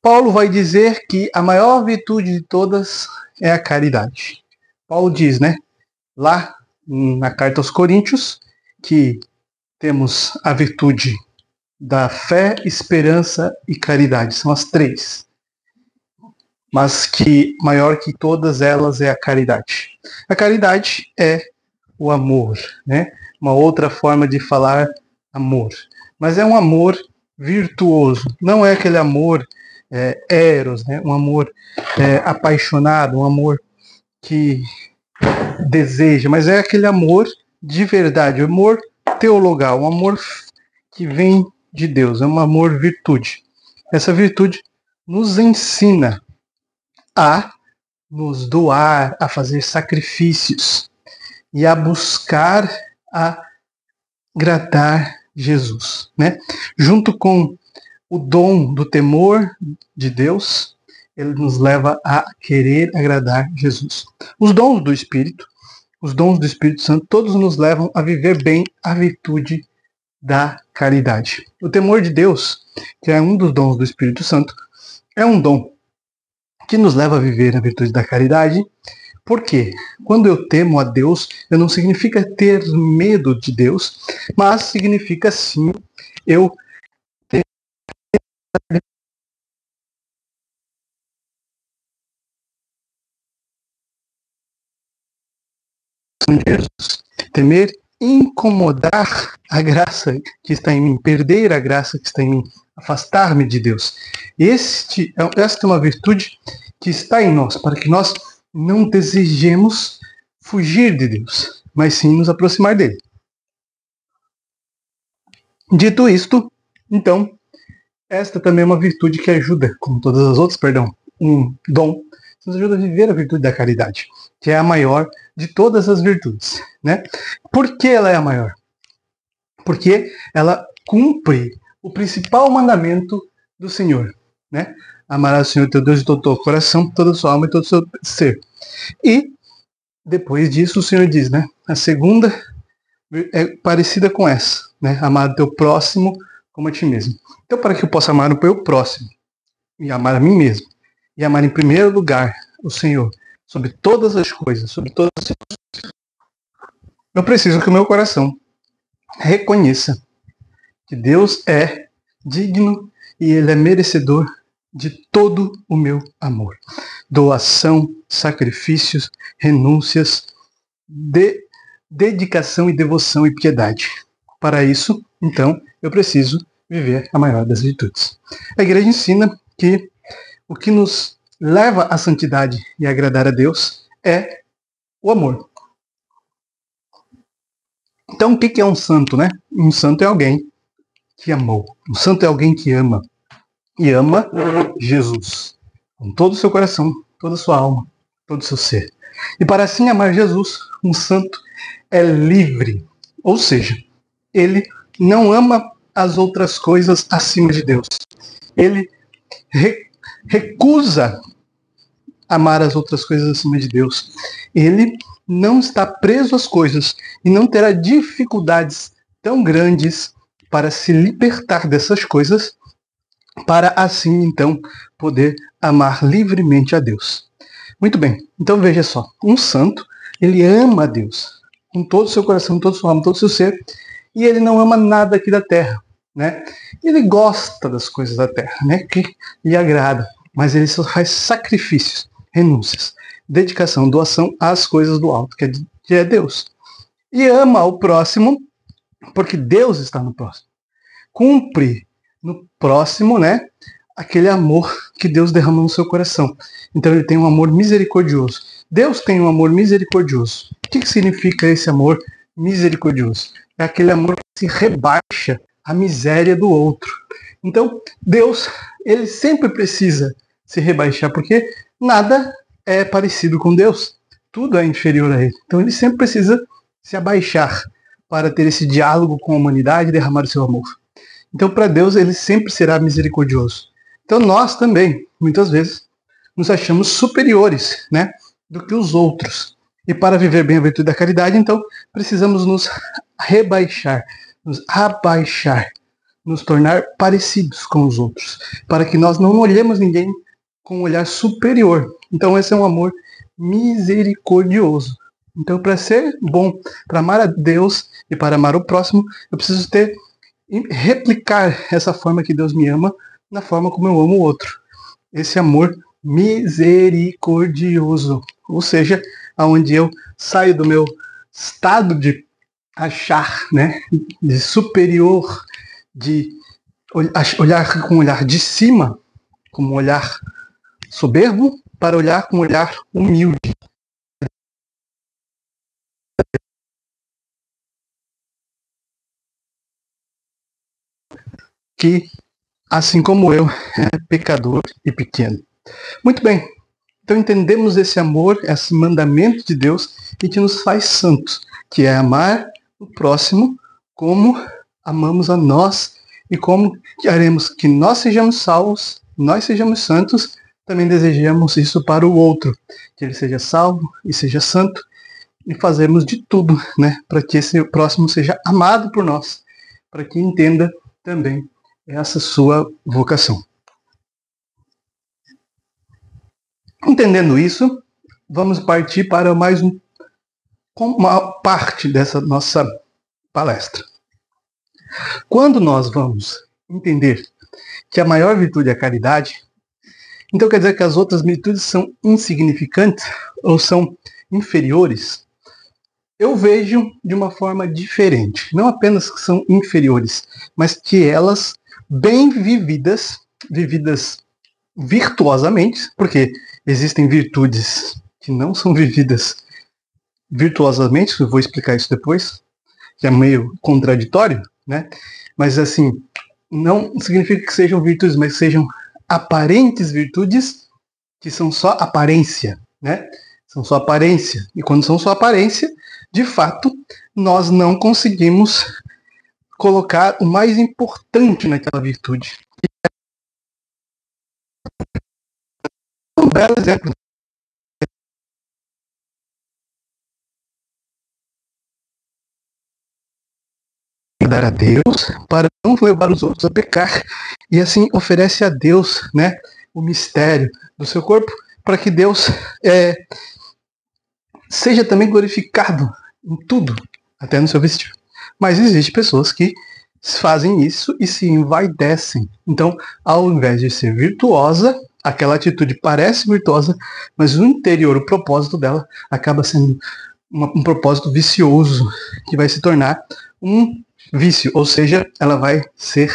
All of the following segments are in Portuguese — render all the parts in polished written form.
Paulo vai dizer que a maior virtude de todas é a caridade. Paulo diz, né, lá na carta aos Coríntios, que temos a virtude da fé, esperança e caridade. São as três. Mas que maior que todas elas é a caridade. A caridade é o amor, né? Uma outra forma de falar amor. Mas é um amor virtuoso. Não é aquele amor eros, né? Um amor apaixonado, um amor que deseja, mas é aquele amor de verdade, o amor teologal, um amor que vem de Deus, é um amor virtude. Essa virtude nos ensina a nos doar, a fazer sacrifícios e a buscar agradar Jesus, né? Junto com o dom do temor de Deus, ele nos leva a querer agradar Jesus. Os dons do Espírito Santo, todos nos levam a viver bem a virtude da caridade. O temor de Deus, que é um dos dons do Espírito Santo, é um dom que nos leva a viver a virtude da caridade. Por quê? Quando eu temo a Deus, não significa ter medo de Deus, mas significa sim eu ter Jesus, temer incomodar a graça que está em mim, perder a graça que está em mim, afastar-me de Deus. Esta é uma virtude que está em nós, para que nós não desejemos fugir de Deus, mas sim nos aproximar dele. Dito isto, então, esta também é uma virtude que ajuda, como todas as outras, um dom, que nos ajuda a viver a virtude da caridade, que é a maior de todas as virtudes, né? Por que ela é a maior? Porque ela cumpre o principal mandamento do Senhor, né? Amarás o Senhor teu Deus de todo o teu coração, toda a sua alma e todo o seu ser. E depois disso o Senhor diz, né? A segunda é parecida com essa, né? Amar o teu próximo como a ti mesmo. Então, para que eu possa amar o meu próximo e amar a mim mesmo, e amar em primeiro lugar o Senhor, sobre todas as coisas, sobre todas as coisas, eu preciso que o meu coração reconheça que Deus é digno e Ele é merecedor de todo o meu amor. Doação, sacrifícios, renúncias, dedicação e devoção e piedade. Para isso, então, eu preciso viver a maior das virtudes. A igreja ensina que o que nos leva à santidade e a agradar a Deus é o amor. Então, o que é um santo, né? Um santo é alguém que amou. Um santo é alguém que ama. E ama Jesus. Com todo o seu coração, toda a sua alma, todo o seu ser. E para assim amar Jesus, um santo é livre. Ou seja, ele não ama as outras coisas acima de Deus. Ele recusa amar as outras coisas acima de Deus. Ele não está preso às coisas e não terá dificuldades tão grandes para se libertar dessas coisas, para assim, então, poder amar livremente a Deus. Muito bem, então veja só, um santo, ele ama a Deus com todo o seu coração, todo o seu alma, todo o seu ser, e ele não ama nada aqui da terra, né? Ele gosta das coisas da terra, né? Que lhe agrada, mas ele só faz sacrifícios, renúncias, dedicação, doação às coisas do alto, que é Deus. E ama o próximo, porque Deus está no próximo. Cumpre no próximo, né? Aquele amor que Deus derrama no seu coração. Então ele tem um amor misericordioso. Deus tem um amor misericordioso. O que significa esse amor misericordioso? É aquele amor que se rebaixa à miséria do outro. Então, Deus, ele sempre precisa se rebaixar, porque nada é parecido com Deus. Tudo é inferior a ele. Então ele sempre precisa se abaixar para ter esse diálogo com a humanidade e derramar o seu amor. Então, para Deus, ele sempre será misericordioso. Então, nós também, muitas vezes, nos achamos superiores, né, do que os outros. E para viver bem a virtude da caridade, então, precisamos nos rebaixar, nos abaixar, nos tornar parecidos com os outros, para que nós não olhemos ninguém com um olhar superior. Então esse é um amor misericordioso. Então, para ser bom, para amar a Deus e para amar o próximo, eu preciso replicar essa forma que Deus me ama na forma como eu amo o outro. Esse amor misericordioso, ou seja, aonde eu saio do meu estado de achar, né, de superior, de olhar com um olhar de cima, como um olhar soberbo, para olhar com um olhar humilde. Que, assim como eu, é pecador e pequeno. Muito bem, então entendemos esse amor, esse mandamento de Deus, que nos faz santos, que é amar o próximo como amamos a nós, e como queremos que nós sejamos salvos, nós sejamos santos, também desejamos isso para o outro, que ele seja salvo e seja santo, e fazemos de tudo, né, para que esse próximo seja amado por nós, para que entenda também essa sua vocação. Entendendo isso, vamos partir para mais uma parte dessa nossa palestra. Quando nós vamos entender que a maior virtude é a caridade, então quer dizer que as outras virtudes são insignificantes ou são inferiores? Eu vejo de uma forma diferente. Não apenas que são inferiores, mas que elas, bem vividas virtuosamente, porque existem virtudes que não são vividas virtuosamente, eu vou explicar isso depois, que é meio contraditório, né? Mas assim, não significa que sejam virtudes, mas que sejam aparentes virtudes, que são só aparência, né? São só aparência. E quando são só aparência, de fato, nós não conseguimos colocar o mais importante naquela virtude. Um belo exemplo. Dar a Deus para não levar os outros a pecar, e assim oferece a Deus, né, o mistério do seu corpo, para que Deus seja também glorificado em tudo, até no seu vestir. Mas existem pessoas que fazem isso e se envaidecem. Então, ao invés de ser virtuosa, aquela atitude parece virtuosa, mas no interior, o propósito dela acaba sendo um propósito vicioso, que vai se tornar um vício, ou seja, ela vai ser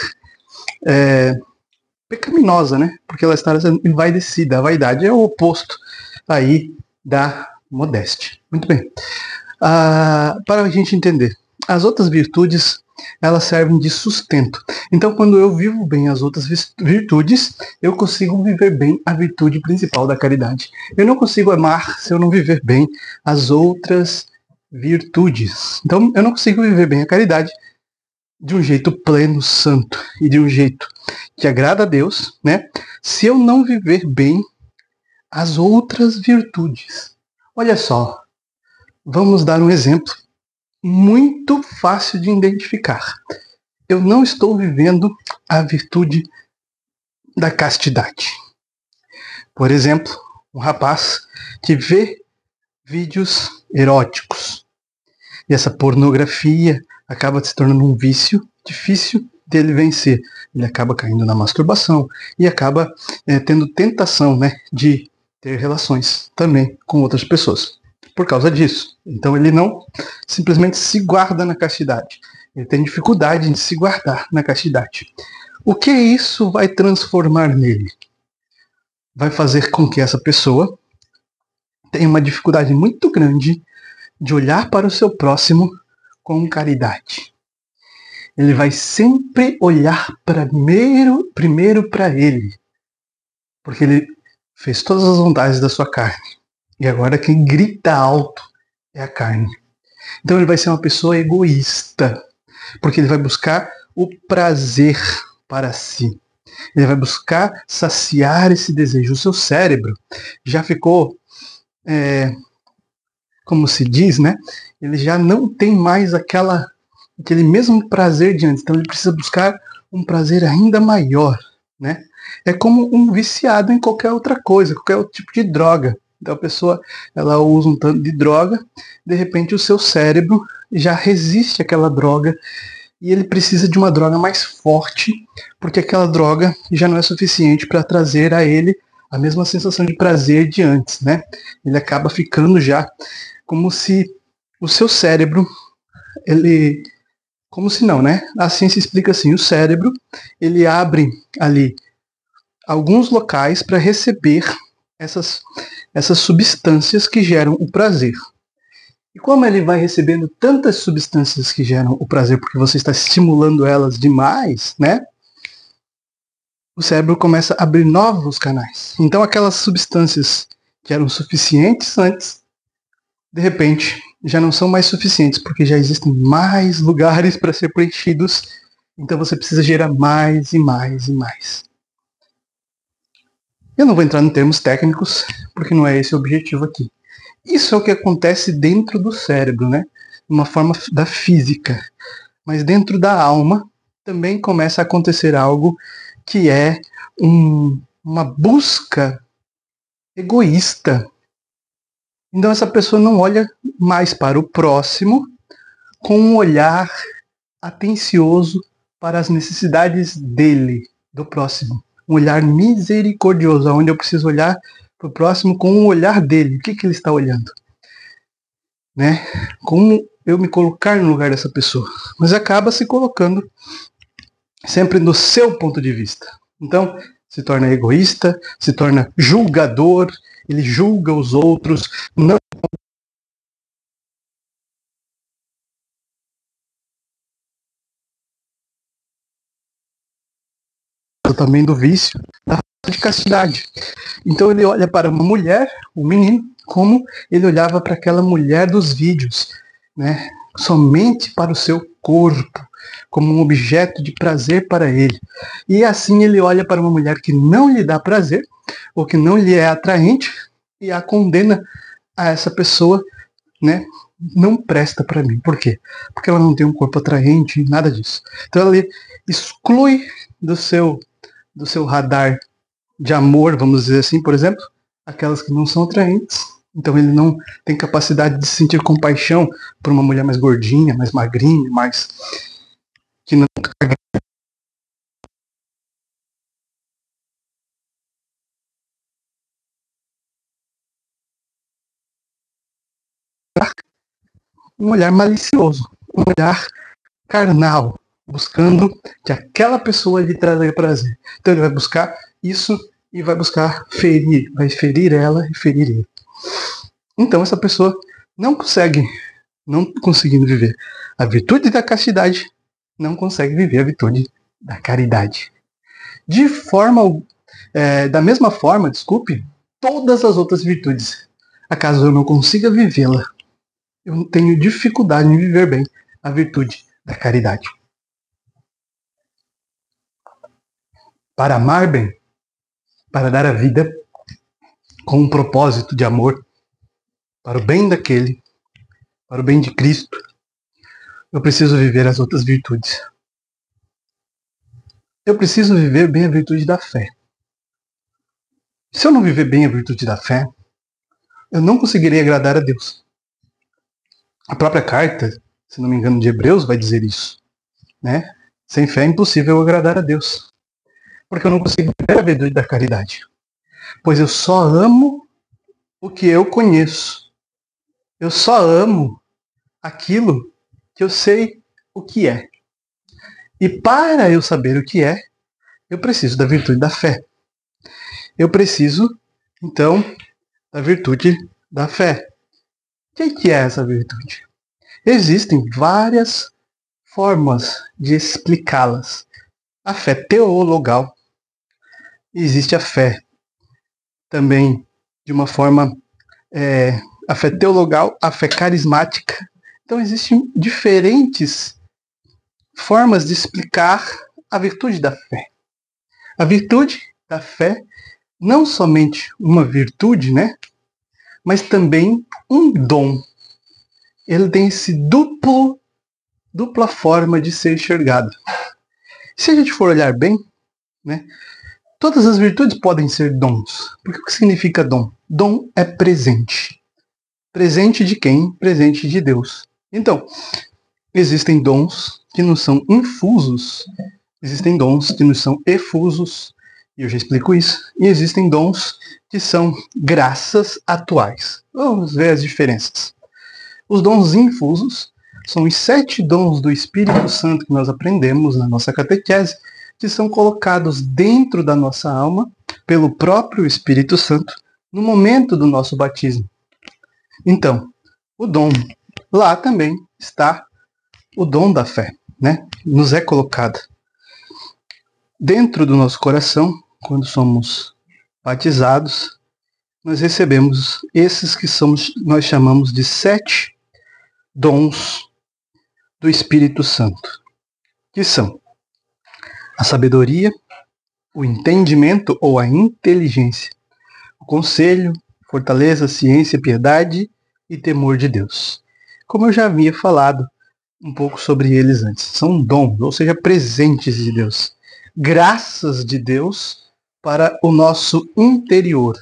pecaminosa, né? Porque ela está sendo envaidecida. A vaidade é o oposto aí da modéstia. Muito bem. Para a gente entender, as outras virtudes, elas servem de sustento. Então, quando eu vivo bem as outras virtudes, eu consigo viver bem a virtude principal da caridade. Eu não consigo amar se eu não viver bem as outras virtudes. Então, eu não consigo viver bem a caridade de um jeito pleno, santo, e de um jeito que agrada a Deus, né? Se eu não viver bem as outras virtudes. Olha só, vamos dar um exemplo muito fácil de identificar. Eu não estou vivendo a virtude da castidade. Por exemplo, um rapaz que vê vídeos eróticos. E essa pornografia acaba se tornando um vício difícil dele vencer. Ele acaba caindo na masturbação e acaba tendo tentação, né, de ter relações também com outras pessoas. Por causa disso. Então ele não simplesmente se guarda na castidade. Ele tem dificuldade em se guardar na castidade. O que isso vai transformar nele? Vai fazer com que essa pessoa tenha uma dificuldade muito grande de olhar para o seu próximo com caridade. Ele vai sempre olhar primeiro para ele. Porque ele fez todas as vontades da sua carne. E agora quem grita alto é a carne. Então ele vai ser uma pessoa egoísta. Porque ele vai buscar o prazer para si. Ele vai buscar saciar esse desejo. O seu cérebro já ficou, como se diz, né? Ele já não tem mais aquele mesmo prazer de antes. Então ele precisa buscar um prazer ainda maior, né? É como um viciado em qualquer outra coisa, qualquer outro tipo de droga. Então a pessoa, ela usa um tanto de droga, de repente o seu cérebro já resiste àquela droga e ele precisa de uma droga mais forte, porque aquela droga já não é suficiente para trazer a ele a mesma sensação de prazer de antes, né? Ele acaba ficando já como se o seu cérebro, ele, como se não, né? A ciência explica assim, o cérebro, ele abre ali alguns locais para receber essas substâncias que geram o prazer. E como ele vai recebendo tantas substâncias que geram o prazer, porque você está estimulando elas demais, né? O cérebro começa a abrir novos canais. Então aquelas substâncias que eram suficientes antes, de repente, já não são mais suficientes, porque já existem mais lugares para ser preenchidos. Então você precisa gerar mais e mais e mais. Eu não vou entrar em termos técnicos, porque não é esse o objetivo aqui. Isso é o que acontece dentro do cérebro, né? Uma forma da física. Mas dentro da alma também começa a acontecer algo que é uma busca egoísta. Então essa pessoa não olha mais para o próximo com um olhar atencioso para as necessidades dele, do próximo. Um olhar misericordioso, onde eu preciso olhar para o próximo com o olhar dele. O que ele está olhando? Né? Como eu me colocar no lugar dessa pessoa? Mas acaba se colocando sempre no seu ponto de vista. Então, se torna egoísta, se torna julgador, ele julga os outros, não também do vício, da falta de castidade. Então ele olha para uma mulher, um menino, como ele olhava para aquela mulher dos vídeos, né? Somente para o seu corpo, como um objeto de prazer para ele. E assim ele olha para uma mulher que não lhe dá prazer, ou que não lhe é atraente, e a condena a essa pessoa, né? Não presta para mim. Por quê? Porque ela não tem um corpo atraente, nada disso. Então ele exclui do seu radar de amor, vamos dizer assim, por exemplo, aquelas que não são atraentes. Então ele não tem capacidade de sentir compaixão por uma mulher mais gordinha, mais magrinha, mais que não um olhar malicioso, um olhar carnal, buscando que aquela pessoa lhe traga prazer. Então ele vai buscar isso e vai buscar ferir, vai ferir ela e ferir ele. Então essa pessoa não consegue, não conseguindo viver a virtude da castidade, não consegue viver a virtude da caridade. De forma, da mesma forma, desculpe, todas as outras virtudes. Acaso eu não consiga vivê-la, eu tenho dificuldade em viver bem a virtude da caridade. Para amar bem, para dar a vida com um propósito de amor, para o bem daquele, para o bem de Cristo, eu preciso viver as outras virtudes. Eu preciso viver bem a virtude da fé. Se eu não viver bem a virtude da fé, eu não conseguirei agradar a Deus. A própria carta, se não me engano, de Hebreus vai dizer isso, né? Sem fé é impossível agradar a Deus, porque eu não consigo viver a virtude da caridade. Pois eu só amo o que eu conheço. Eu só amo aquilo que eu sei o que é. E para eu saber o que é, eu preciso da virtude da fé. Eu preciso, então, da virtude da fé. O que é essa virtude? Existem várias formas de explicá-las. A fé teologal, existe a fé também de uma forma, a fé teologal, a fé carismática. Então existem diferentes formas de explicar a virtude da fé. A virtude da fé, não somente uma virtude, né? Mas também um dom. Ele tem esse dupla forma de ser enxergado. Se a gente for olhar bem, né, todas as virtudes podem ser dons. Porque o que significa dom? Dom é presente. Presente de quem? Presente de Deus. Então, existem dons que nos são infusos, existem dons que nos são efusos, e eu já explico isso, e existem dons que são graças atuais. Vamos ver as diferenças. Os dons infusos são os 7 dons do Espírito Santo que nós aprendemos na nossa catequese, que são colocados dentro da nossa alma pelo próprio Espírito Santo no momento do nosso batismo. Então, o dom, lá também está o dom da fé, né? Nos é colocado dentro do nosso coração, quando somos batizados, nós recebemos esses que nós chamamos de 7 dons do Espírito Santo, que são a sabedoria, o entendimento ou a inteligência, o conselho, fortaleza, ciência, piedade e temor de Deus. Como eu já havia falado um pouco sobre eles antes, são dons, ou seja, presentes de Deus, graças de Deus para o nosso interior,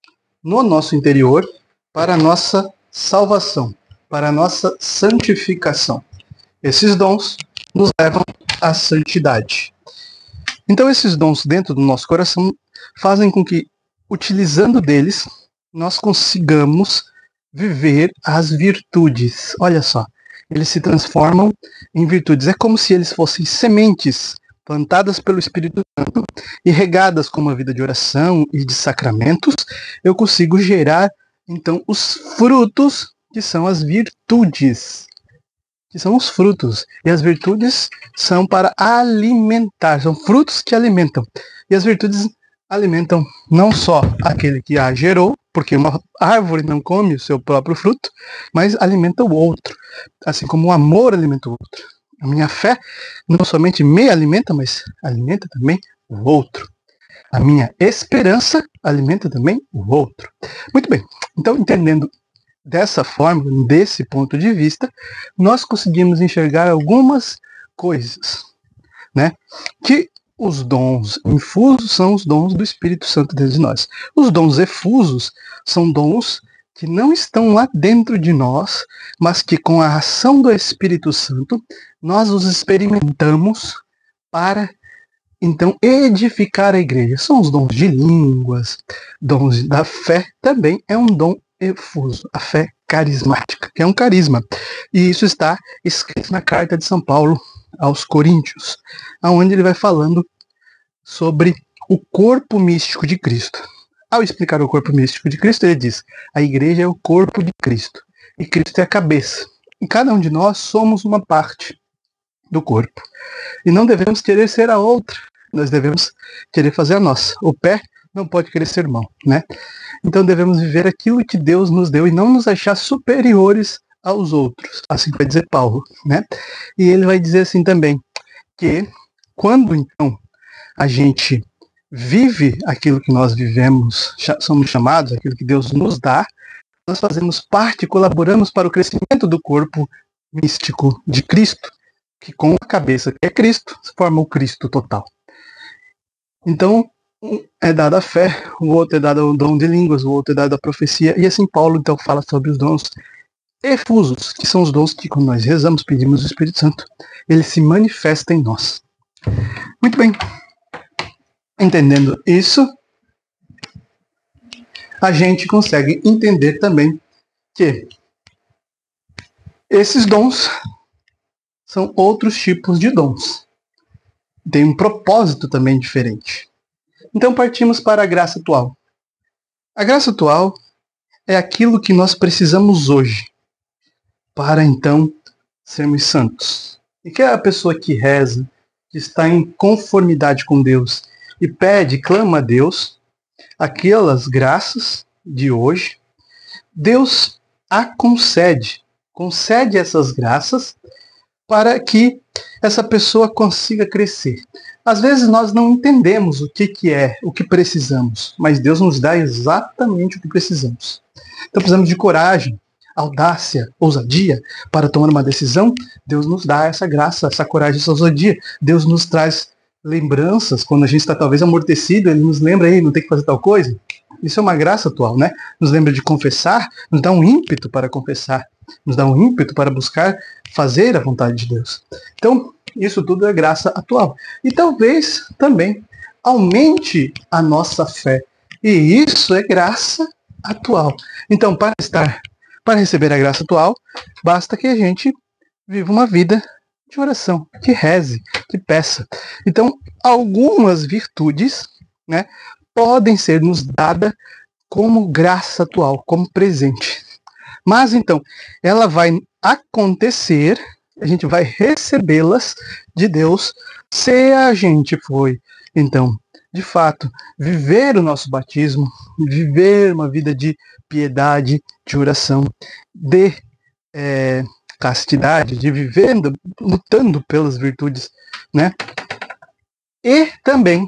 no nosso interior, para a nossa salvação, para a nossa santificação. Esses dons nos levam à santidade. Então, esses dons dentro do nosso coração fazem com que, utilizando deles, nós consigamos viver as virtudes. Olha só, eles se transformam em virtudes. É como se eles fossem sementes plantadas pelo Espírito Santo e regadas com uma vida de oração e de sacramentos. Eu consigo gerar, então, os frutos que são as virtudes. Que são os frutos. E as virtudes são para alimentar, são frutos que alimentam. E as virtudes alimentam não só aquele que a gerou, porque uma árvore não come o seu próprio fruto, mas alimenta o outro. Assim como o amor alimenta o outro. A minha fé não somente me alimenta, mas alimenta também o outro. A minha esperança alimenta também o outro. Muito bem, então entendendo dessa forma, desse ponto de vista, nós conseguimos enxergar algumas coisas, né? Que os dons infusos são os dons do Espírito Santo dentro de nós. Os dons efusos são dons que não estão lá dentro de nós, mas que com a ação do Espírito Santo, nós os experimentamos para, então, edificar a igreja. São os dons de línguas, dons da fé, também é um dom efuso, a fé carismática, que é um carisma. E isso está escrito na carta de São Paulo aos Coríntios, onde ele vai falando sobre o corpo místico de Cristo. Ao explicar o corpo místico de Cristo, ele diz: a igreja é o corpo de Cristo, e Cristo é a cabeça. E cada um de nós somos uma parte do corpo. E não devemos querer ser a outra, nós devemos querer fazer a nossa. O pé não pode querer ser mão, né? Então devemos viver aquilo que Deus nos deu e não nos achar superiores aos outros. Assim vai dizer Paulo, né? E ele vai dizer assim também, que quando então a gente vive aquilo que nós vivemos, somos chamados, aquilo que Deus nos dá, nós fazemos parte, colaboramos para o crescimento do corpo místico de Cristo, que com a cabeça que é Cristo, forma o Cristo total. Então, um é dada a fé, o outro é dado o dom de línguas, o outro é dado a profecia, e assim Paulo então fala sobre os dons efusos, que são os dons que quando nós rezamos, pedimos o Espírito Santo, ele se manifesta em nós. Muito bem. Entendendo isso, a gente consegue entender também que esses dons são outros tipos de dons. Tem um propósito também diferente. Então partimos para a graça atual. A graça atual é aquilo que nós precisamos hoje para então sermos santos. E que é a pessoa que reza, que está em conformidade com Deus e pede, clama a Deus aquelas graças de hoje, Deus a concede essas graças para que essa pessoa consiga crescer. Às vezes nós não entendemos o que é, o que precisamos, mas Deus nos dá exatamente o que precisamos. Então precisamos de coragem, audácia, ousadia para tomar uma decisão. Deus nos dá essa graça, essa coragem, essa ousadia. Deus nos traz lembranças, quando a gente está talvez amortecido, ele nos lembra aí, não tem que fazer tal coisa. Isso é uma graça atual, né? Nos lembra de confessar, nos dá um ímpeto para confessar, nos dá um ímpeto para buscar fazer a vontade de Deus. Então, isso tudo é graça atual. E talvez também aumente a nossa fé. E isso é graça atual. Então, para receber a graça atual, basta que a gente viva uma vida de oração, que reze, que peça. Então, algumas virtudes, né, podem ser nos dadas como graça atual, como presente. Mas então, ela vai acontecer, a gente vai recebê-las de Deus se a gente foi, então, de fato, viver o nosso batismo, viver uma vida de piedade, de oração, de castidade, de vivendo, lutando pelas virtudes, né? E também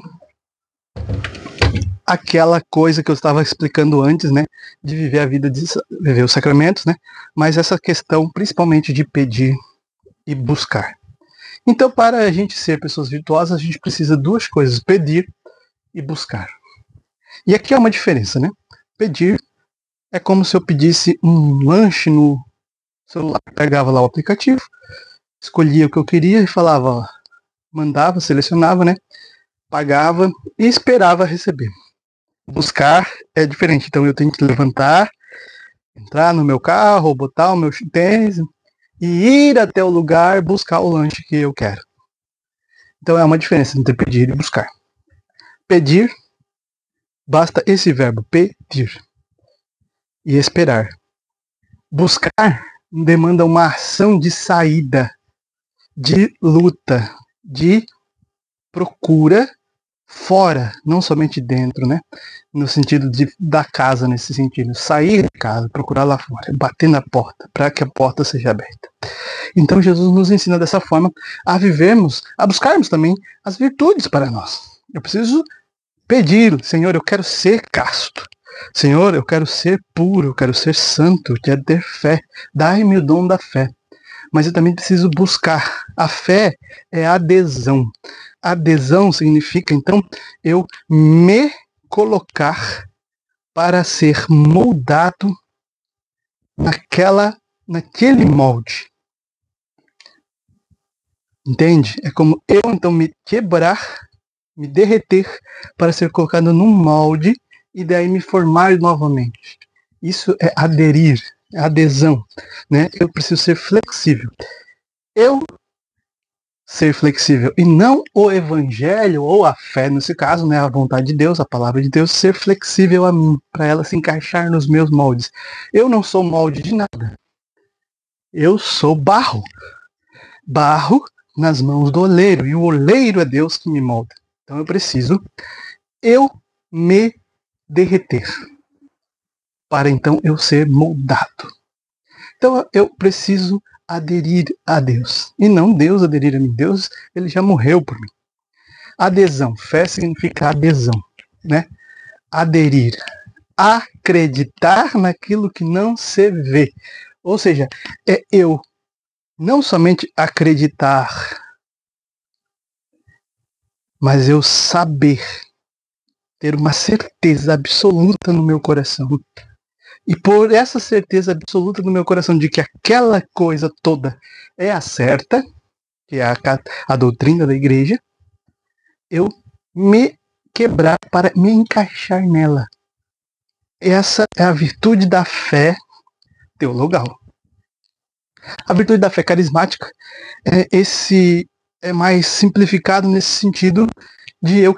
aquela coisa que eu estava explicando antes, né, de viver a vida, de viver os sacramentos, né, mas essa questão principalmente de pedir e buscar. Então, para a gente ser pessoas virtuosas, a gente precisa de duas coisas, pedir e buscar. E aqui há uma diferença, né? Pedir é como se eu pedisse um lanche no celular, pegava lá o aplicativo, escolhia o que eu queria e falava, mandava, selecionava, né, pagava e esperava receber. Buscar é diferente, então eu tenho que levantar, entrar no meu carro, botar o meu tênis e ir até o lugar buscar o lanche que eu quero. Então é uma diferença entre pedir e buscar. Pedir, basta esse verbo, pedir, e esperar. Buscar demanda uma ação de saída, de luta, de procura fora, não somente dentro, né? No sentido da casa, nesse sentido, sair de casa, procurar lá fora, bater na porta, para que a porta seja aberta. Então Jesus nos ensina dessa forma a vivermos, a buscarmos também as virtudes para nós. Eu preciso pedir, Senhor, eu quero ser casto. Senhor, eu quero ser puro, eu quero ser santo, eu quero ter fé. Dai-me o dom da fé. Mas eu também preciso buscar. A fé é adesão. Adesão significa, então, eu me colocar para ser moldado naquele molde. Entende? É como eu, então, me quebrar, me derreter para ser colocado num molde e daí me formar novamente. Isso é aderir, é adesão, né? Eu preciso ser flexível. Eu ser flexível e não o evangelho ou a fé, nesse caso, né, a vontade de Deus, a palavra de Deus, ser flexível a mim, para ela se encaixar nos meus moldes. Eu não sou molde de nada. Eu sou barro. Barro nas mãos do oleiro, e o oleiro é Deus que me molda. Então eu preciso eu me derreter para então eu ser moldado. Então eu preciso aderir a Deus e não Deus aderir a mim. Deus, ele já morreu por mim. Adesão, fé significa adesão, né? Aderir, acreditar naquilo que não se vê. Ou seja, é eu não somente acreditar, mas eu saber, ter uma certeza absoluta no meu coração. E por essa certeza absoluta no meu coração de que aquela coisa toda é a certa, que é a doutrina da igreja, eu me quebrar para me encaixar nela. Essa é a virtude da fé teologal. A virtude da fé carismática é mais simplificado nesse sentido de eu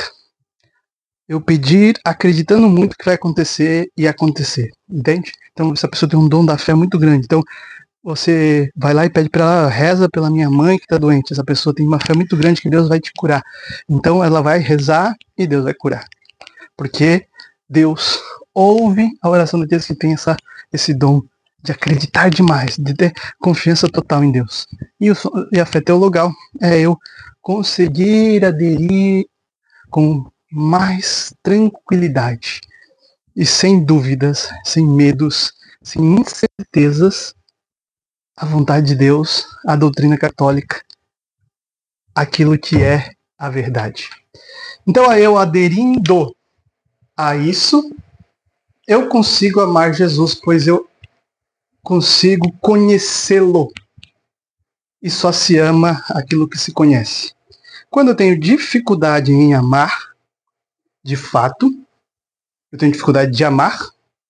pedir, acreditando muito que vai acontecer e acontecer, entende? Então essa pessoa tem um dom da fé muito grande. Então você vai lá e pede para ela, reza pela minha mãe que está doente. Essa pessoa tem uma fé muito grande que Deus vai te curar. Então ela vai rezar e Deus vai curar. Porque Deus ouve a oração daqueles que tem esse dom de acreditar demais, de ter confiança total em Deus. E a fé teologal é eu conseguir aderir com mais tranquilidade e sem dúvidas, sem medos, sem incertezas, a vontade de Deus, a doutrina católica, aquilo que é a verdade. Então, eu aderindo a isso, eu consigo amar Jesus, pois eu consigo conhecê-lo. E só se ama aquilo que se conhece. Quando eu tenho dificuldade em amar, de fato, eu tenho dificuldade de amar,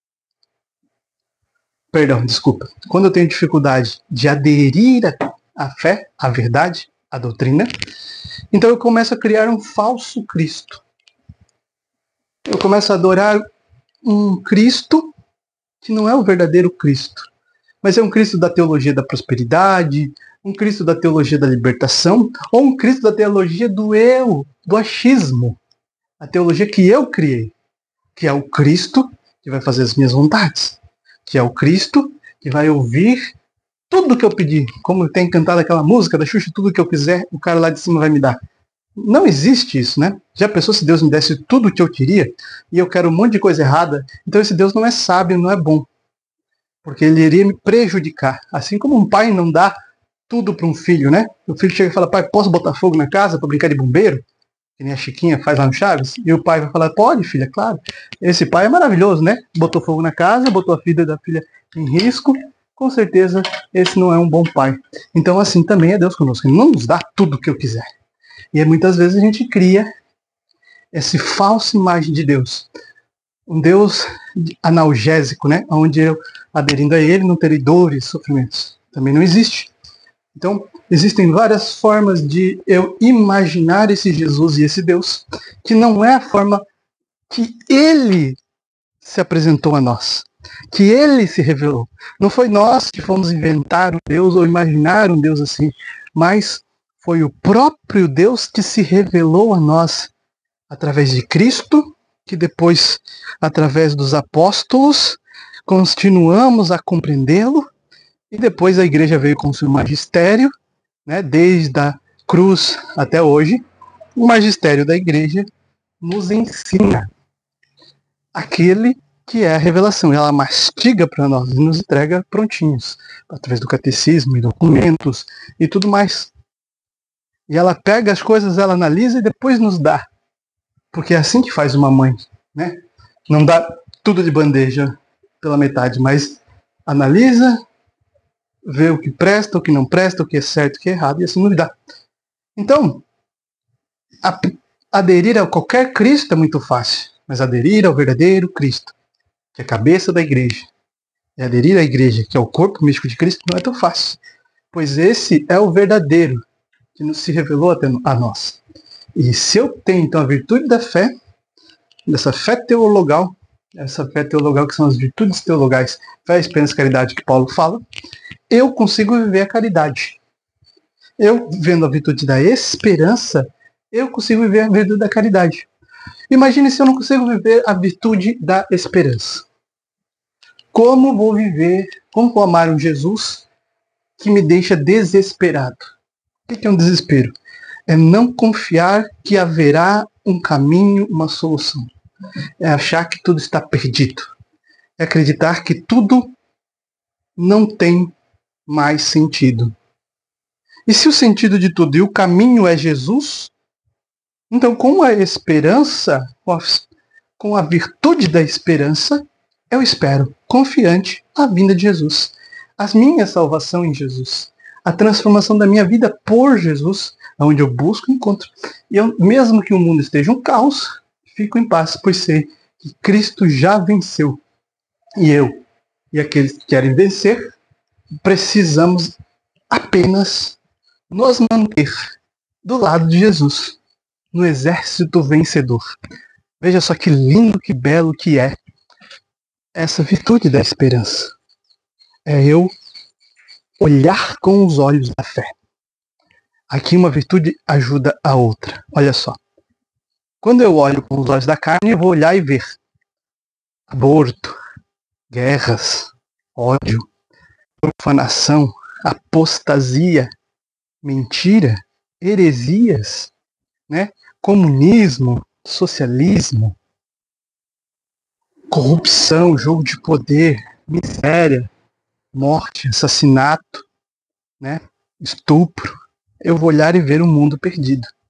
quando eu tenho dificuldade de aderir à fé, à verdade, à doutrina, então eu começo a criar um falso Cristo. Eu começo a adorar um Cristo que não é o verdadeiro Cristo, mas é um Cristo da teologia da prosperidade, um Cristo da teologia da libertação, ou um Cristo da teologia do eu, do achismo, a teologia que eu criei, que é o Cristo que vai fazer as minhas vontades, que é o Cristo que vai ouvir tudo que eu pedir, como tem cantado aquela música da Xuxa, tudo que eu quiser, o cara lá de cima vai me dar. Não existe isso, né? Já pensou se Deus me desse tudo o que eu queria e eu quero um monte de coisa errada? Então esse Deus não é sábio, não é bom. Porque ele iria me prejudicar. Assim como um pai não dá tudo para um filho, né? O filho chega e fala, pai, posso botar fogo na casa para brincar de bombeiro? Que nem a Chiquinha faz lá no Chaves. E o pai vai falar, pode, filha, claro. Esse pai é maravilhoso, né? Botou fogo na casa, botou a vida da filha em risco. Com certeza, esse não é um bom pai. Então, assim também é Deus conosco. Ele não nos dá tudo o que eu quiser. E aí, muitas vezes a gente cria essa falsa imagem de Deus. Um Deus analgésico, né? Onde eu, aderindo a ele, não terei dores, sofrimentos. Também não existe. Então, existem várias formas de eu imaginar esse Jesus e esse Deus, que não é a forma que ele se apresentou a nós, que ele se revelou. Não foi nós que fomos inventar um Deus ou imaginar um Deus assim, mas foi o próprio Deus que se revelou a nós através de Cristo, que depois, através dos apóstolos, continuamos a compreendê-lo, e depois a igreja veio com o seu magistério, né, desde a cruz até hoje. O magistério da igreja nos ensina aquele que é a revelação. Ela mastiga para nós e nos entrega prontinhos, através do catecismo e documentos e tudo mais. E ela pega as coisas, ela analisa e depois nos dá. Porque é assim que faz uma mãe, né? Não dá tudo de bandeja pela metade, mas analisa, vê o que presta, o que não presta, o que é certo, o que é errado, e assim nos dá. Então, aderir a qualquer Cristo é muito fácil, mas aderir ao verdadeiro Cristo, que é a cabeça da igreja, e aderir à igreja, que é o corpo místico de Cristo, não é tão fácil, pois esse é o verdadeiro, que nos se revelou até a nós. E se eu tenho, então, a virtude da fé, dessa fé teologal, essa fé teologal que são as virtudes teologais, fé, esperança e caridade que Paulo fala, eu consigo viver a caridade. Eu, vendo a virtude da esperança, eu consigo viver a virtude da caridade. Imagine se eu não consigo viver a virtude da esperança. Como vou viver, como vou amar um Jesus que me deixa desesperado? O que é um desespero? É não confiar que haverá um caminho, uma solução. É achar que tudo está perdido. É acreditar que tudo não tem mais sentido. E se o sentido de tudo e o caminho é Jesus, então com a esperança, com a virtude da esperança, eu espero, confiante, a vinda de Jesus. A minha salvação em Jesus. A transformação da minha vida por Jesus, onde eu busco e encontro. E eu, mesmo que o mundo esteja um caos, fico em paz, pois sei que Cristo já venceu. E eu e aqueles que querem vencer, precisamos apenas nos manter do lado de Jesus, no exército vencedor. Veja só que lindo, que belo que é essa virtude da esperança. É eu olhar com os olhos da fé. Aqui uma virtude ajuda a outra. Olha só. Quando eu olho com os olhos da carne, eu vou olhar e ver aborto, guerras, ódio, profanação, apostasia, mentira, heresias, né? Comunismo, socialismo, corrupção, jogo de poder, miséria, morte, assassinato, né? Estupro. Eu vou olhar e ver um mundo perdido.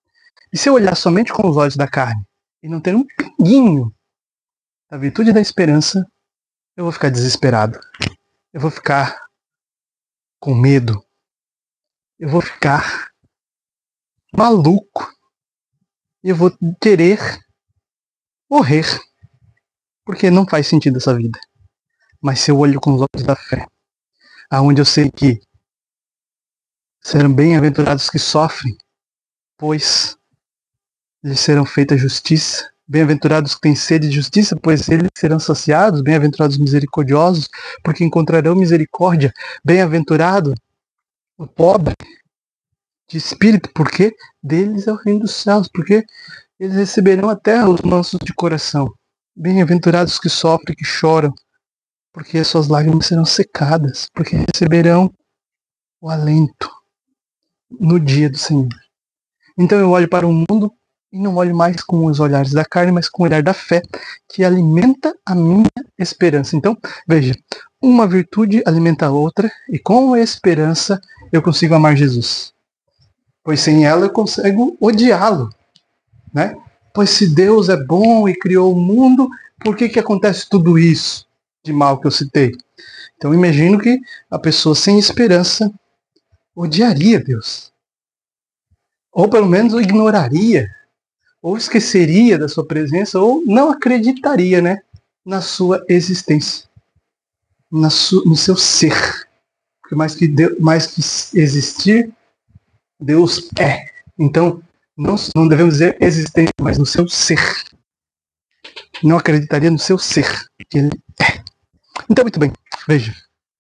E se eu olhar somente com os olhos da carne e não ter um pinguinho da virtude da esperança, eu vou ficar desesperado. Eu vou ficar com medo. Eu vou ficar maluco. E eu vou querer morrer. Porque não faz sentido essa vida. Mas se eu olho com os olhos da fé, aonde eu sei que serão bem-aventurados que sofrem, pois lhes serão feita justiça. Bem-aventurados que têm sede de justiça, pois eles serão saciados. Bem-aventurados os misericordiosos, porque encontrarão misericórdia. Bem-aventurado o pobre de espírito, porque deles é o reino dos céus, porque eles receberão a terra os mansos de coração. Bem-aventurados que sofrem, que choram, porque as suas lágrimas serão secadas, porque receberão o alento no dia do Senhor. Então eu olho para o mundo e não olho mais com os olhares da carne, mas com o olhar da fé, que alimenta a minha esperança. Então, veja, uma virtude alimenta a outra, e com a esperança eu consigo amar Jesus. Pois sem ela eu consigo odiá-lo, né? Pois se Deus é bom e criou o mundo, por que acontece tudo isso de mal que eu citei? Então imagino que a pessoa sem esperança odiaria Deus. Ou pelo menos o ignoraria, ou esqueceria da sua presença, ou não acreditaria, né, na sua existência, no seu ser. Porque mais que existir, Deus é. Então, não devemos dizer existência, mas no seu ser. Não acreditaria no seu ser, que ele é. Então, muito bem, veja.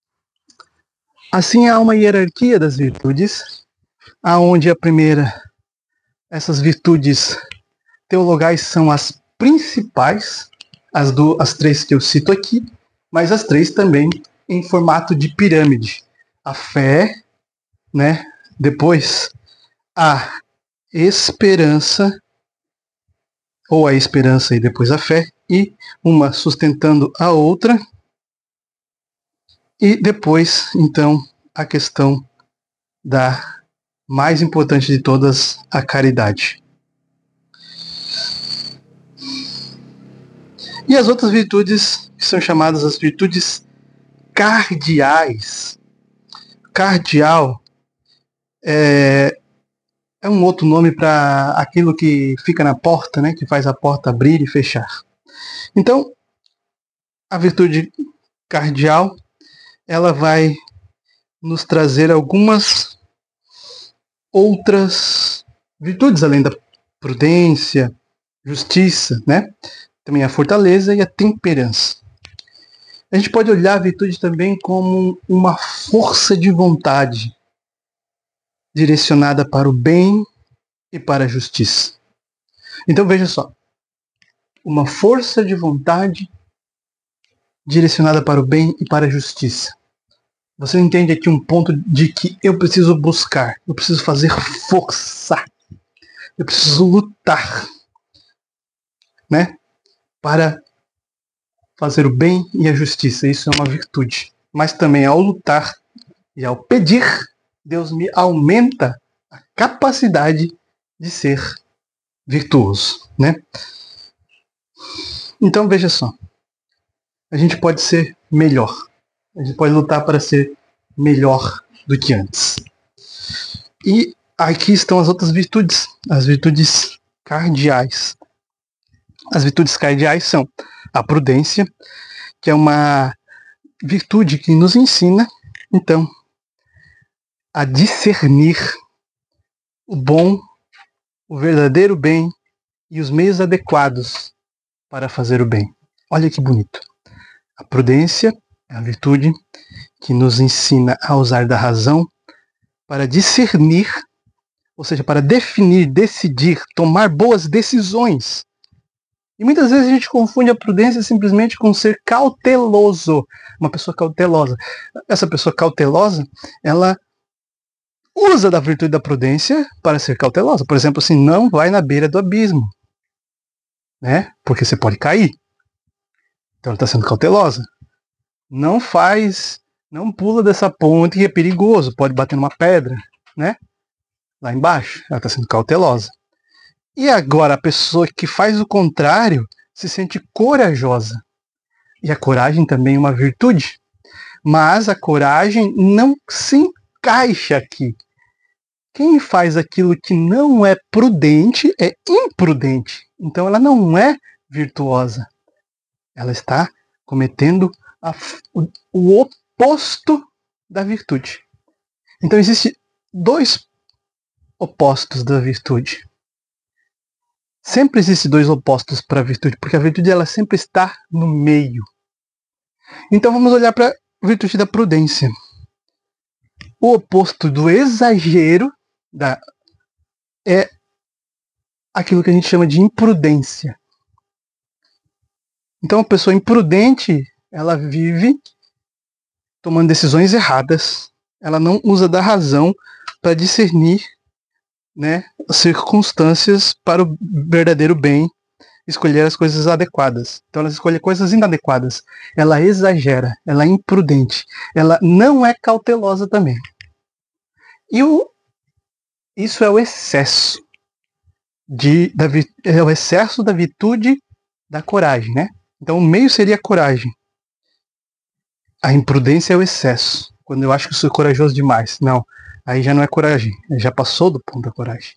Assim há uma hierarquia das virtudes, aonde a primeira, essas virtudes teologais são as principais, as três que eu cito aqui, mas as três também em formato de pirâmide. A fé, né? Depois a esperança, ou a esperança e depois a fé, e uma sustentando a outra, e depois, então, a questão da mais importante de todas, a caridade. E as outras virtudes, que são chamadas as virtudes cardeais. Cardeal é um outro nome para aquilo que fica na porta, né, que faz a porta abrir e fechar. Então, a virtude cardeal, ela vai nos trazer algumas outras virtudes, além da prudência, justiça, né? Também a fortaleza e a temperança. A gente pode olhar a virtude também como uma força de vontade direcionada para o bem e para a justiça. Então veja só, uma força de vontade direcionada para o bem e para a justiça. Você entende aqui um ponto de que eu preciso buscar, eu preciso fazer força, eu preciso lutar, né, para fazer o bem e a justiça. Isso é uma virtude. Mas também ao lutar e ao pedir, Deus me aumenta a capacidade de ser virtuoso, né? Então veja só, a gente pode ser melhor, a gente pode lutar para ser melhor do que antes. E aqui estão as outras virtudes, as virtudes cardeais. As virtudes cardeais são a prudência, que é uma virtude que nos ensina, então, a discernir o bom, o verdadeiro bem e os meios adequados para fazer o bem. Olha que bonito. A prudência é a virtude que nos ensina a usar da razão para discernir, ou seja, para definir, decidir, tomar boas decisões. E muitas vezes a gente confunde a prudência simplesmente com ser cauteloso. Uma pessoa cautelosa. Essa pessoa cautelosa, ela usa da virtude da prudência para ser cautelosa. Por exemplo, assim, não vai na beira do abismo, né? Porque você pode cair. Então ela está sendo cautelosa. Não pula dessa ponte que é perigoso, pode bater numa pedra, né? Lá embaixo, ela está sendo cautelosa. E agora a pessoa que faz o contrário se sente corajosa. E a coragem também é uma virtude. Mas a coragem não se encaixa aqui. Quem faz aquilo que não é prudente é imprudente. Então ela não é virtuosa. Ela está cometendo o oposto da virtude. Então existem dois opostos da virtude. Sempre existem dois opostos para a virtude, porque a virtude ela sempre está no meio. Então vamos olhar para a virtude da prudência. O oposto do exagero é aquilo que a gente chama de imprudência. Então a pessoa imprudente, ela vive tomando decisões erradas, ela não usa da razão para discernir, né, as circunstâncias para o verdadeiro bem, escolher as coisas adequadas. Então ela escolhe coisas inadequadas, ela exagera, ela é imprudente, ela não é cautelosa também. E isso é o excesso é o excesso da virtude da coragem, né? Então o meio seria a coragem. A imprudência é o excesso. Quando eu acho que sou corajoso demais. Não, aí já não é coragem. Já passou do ponto da coragem.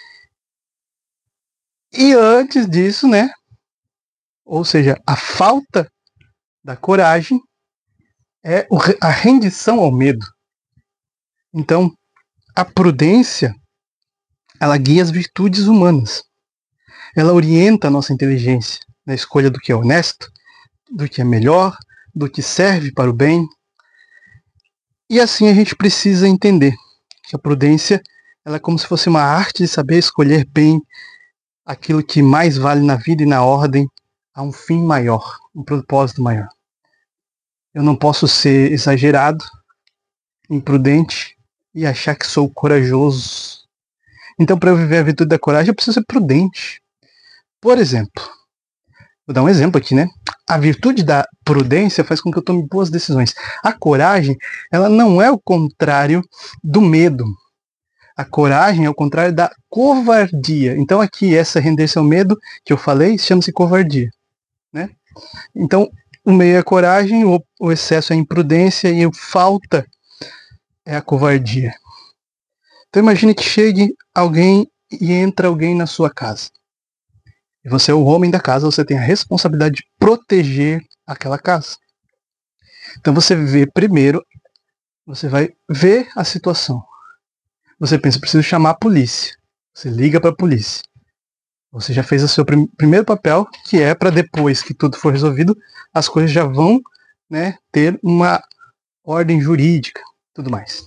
E antes disso, né? Ou seja, a falta da coragem é a rendição ao medo. Então, a prudência, ela guia as virtudes humanas. Ela orienta a nossa inteligência na escolha do que é honesto, do que é melhor, do que serve para o bem. E assim a gente precisa entender que a prudência ela é como se fosse uma arte de saber escolher bem aquilo que mais vale na vida e na ordem a um fim maior, um propósito maior. Eu não posso ser exagerado, imprudente e achar que sou corajoso. Então, para eu viver a virtude da coragem, eu preciso ser prudente. Por exemplo, vou dar um exemplo aqui, né? A virtude da prudência faz com que eu tome boas decisões. A coragem, ela não é o contrário do medo. A coragem é o contrário da covardia. Então aqui, essa render-se ao medo que eu falei, chama-se covardia, né? Então, o meio é a coragem, o excesso é a imprudência e a falta é a covardia. Então imagine que chegue alguém e entra alguém na sua casa. E você é o homem da casa, você tem a responsabilidade de proteger aquela casa. Então você vê primeiro, você vai ver a situação. Você pensa, preciso chamar a polícia. Você liga para a polícia. Você já fez o seu primeiro papel, que é para depois que tudo for resolvido, as coisas já vão, né, ter uma ordem jurídica, tudo mais.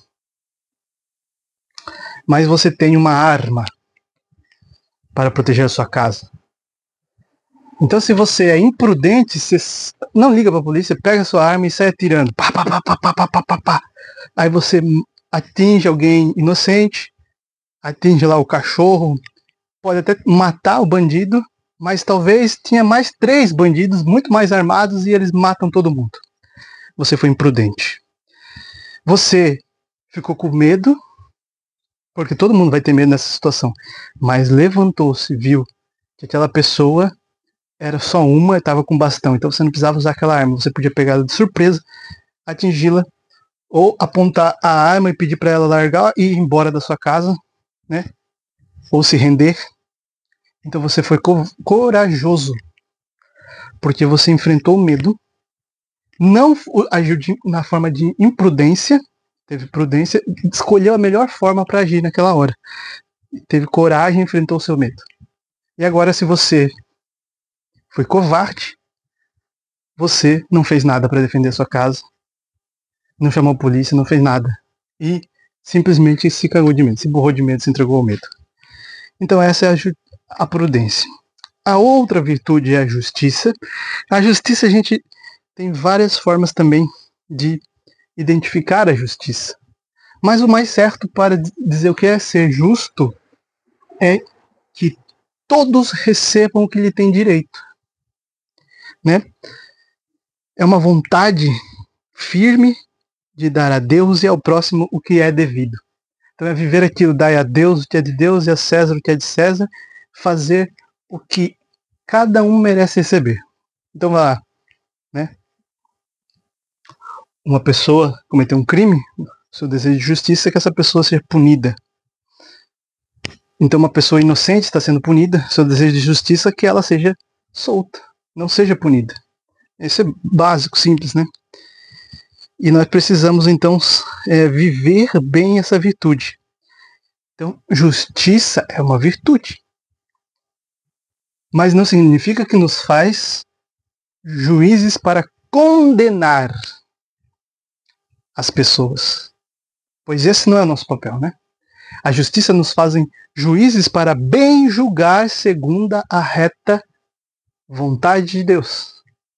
Mas você tem uma arma para proteger a sua casa. Então, se você é imprudente, você não liga para a polícia, pega a sua arma e sai atirando. Pá, pá, pá, pá, pá, pá, pá, pá. Aí você atinge alguém inocente, atinge lá o cachorro, pode até matar o bandido, mas talvez tinha mais 3 bandidos muito mais armados e eles matam todo mundo. Você foi imprudente. Você ficou com medo, porque todo mundo vai ter medo nessa situação, mas levantou-se, viu que aquela pessoa era só uma e estava com bastão, então você não precisava usar aquela arma, você podia pegar ela de surpresa, atingi-la, ou apontar a arma e pedir para ela largar e ir embora da sua casa, né? Ou se render. Então você foi corajoso, porque você enfrentou o medo, não agiu na forma de imprudência, teve prudência, escolheu a melhor forma para agir naquela hora. Teve coragem e enfrentou o seu medo. E agora, se você foi covarde, você não fez nada para defender a sua casa, não chamou a polícia, não fez nada. E simplesmente se cagou de medo, se borrou de medo, se entregou ao medo. Então essa é a prudência. A outra virtude é a justiça. A justiça a gente tem várias formas também de identificar a justiça. Mas o mais certo para dizer o que é ser justo é que todos recebam o que lhe tem direito. Né? É uma vontade firme de dar a Deus e ao próximo o que é devido. Então é viver aquilo, dar a Deus o que é de Deus e a César o que é de César, fazer o que cada um merece receber. Então vai lá, né? Uma pessoa cometeu um crime, seu desejo de justiça é que essa pessoa seja punida. Então uma pessoa inocente está sendo punida, seu desejo de justiça é que ela seja solta, não seja punida. Esse é básico, simples, né? E nós precisamos então viver bem essa virtude. Então, justiça é uma virtude. Mas não significa que nos faz juízes para condenar as pessoas. Pois esse não é o nosso papel, né? A justiça nos faz juízes para bem julgar segundo a reta vontade de Deus.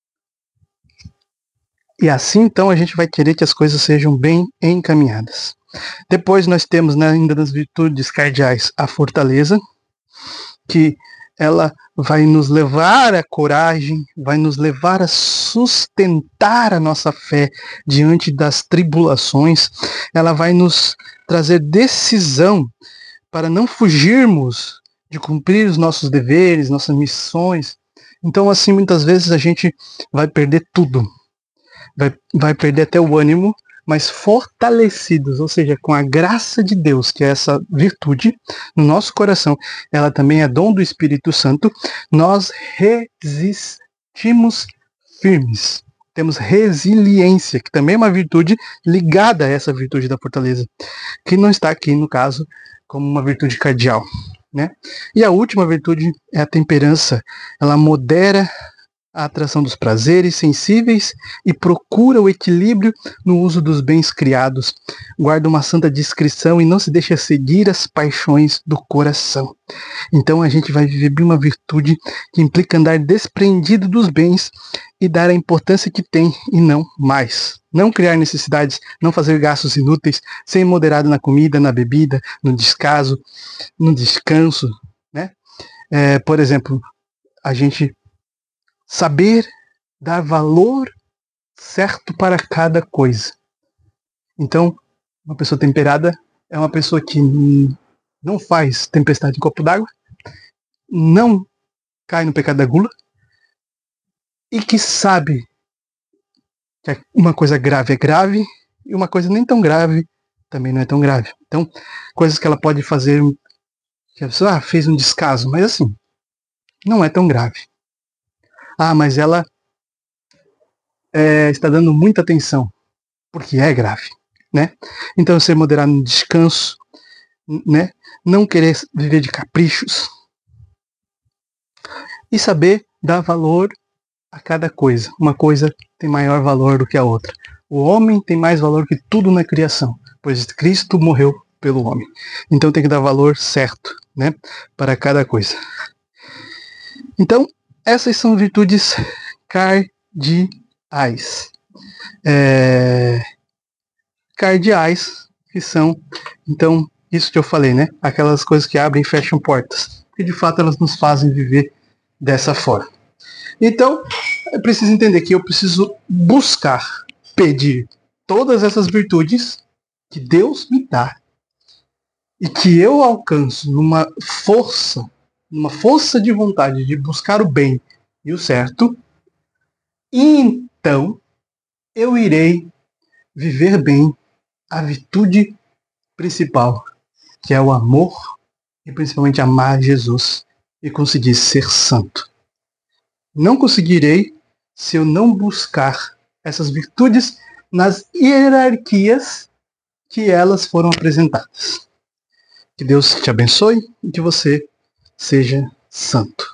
E assim, então, a gente vai querer que as coisas sejam bem encaminhadas. Depois nós temos, né, ainda das virtudes cardeais, a fortaleza, que ela vai nos levar à coragem, vai nos levar a sustentar a nossa fé diante das tribulações, ela vai nos trazer decisão para não fugirmos de cumprir os nossos deveres, nossas missões. Então, assim, muitas vezes a gente vai perder tudo. Vai perder até o ânimo, mas fortalecidos, ou seja, com a graça de Deus, que é essa virtude no nosso coração, ela também é dom do Espírito Santo, nós resistimos firmes. Temos resiliência, que também é uma virtude ligada a essa virtude da fortaleza, que não está aqui, no caso, como uma virtude cardeal, né? E a última virtude é a temperança. Ela modera a atração dos prazeres sensíveis e procura o equilíbrio no uso dos bens criados. Guarda uma santa discrição e não se deixa seguir as paixões do coração. Então a gente vai viver bem uma virtude que implica andar desprendido dos bens e dar a importância que tem e não mais. Não criar necessidades, não fazer gastos inúteis, ser moderado na comida, na bebida, no descaso, no descanso, né? Por exemplo, a gente saber dar valor certo para cada coisa. Então, uma pessoa temperada é uma pessoa que não faz tempestade em copo d'água, não cai no pecado da gula e que sabe que uma coisa grave é grave e uma coisa nem tão grave também não é tão grave. Então, coisas que ela pode fazer, que a pessoa fez um descaso, mas assim, não é tão grave. Mas ela está dando muita atenção, porque é grave, né? Então, ser moderado no descanso, né? Não querer viver de caprichos e saber dar valor a cada coisa. Uma coisa tem maior valor do que a outra. O homem tem mais valor que tudo na criação, pois Cristo morreu pelo homem. Então tem que dar valor certo, né, para cada coisa. Então, essas são virtudes cardeais. Cardeais, que são, então, isso que eu falei, né? Aquelas coisas que abrem e fecham portas. E de fato elas nos fazem viver dessa forma. Então, é preciso entender que eu preciso buscar, pedir todas essas virtudes que Deus me dá e que eu alcanço numa força de vontade de buscar o bem e o certo, e então eu irei viver bem a virtude principal, que é o amor e principalmente amar Jesus e conseguir ser santo. Não conseguirei se eu não buscar essas virtudes nas hierarquias que elas foram apresentadas. Que Deus te abençoe e que você seja santo.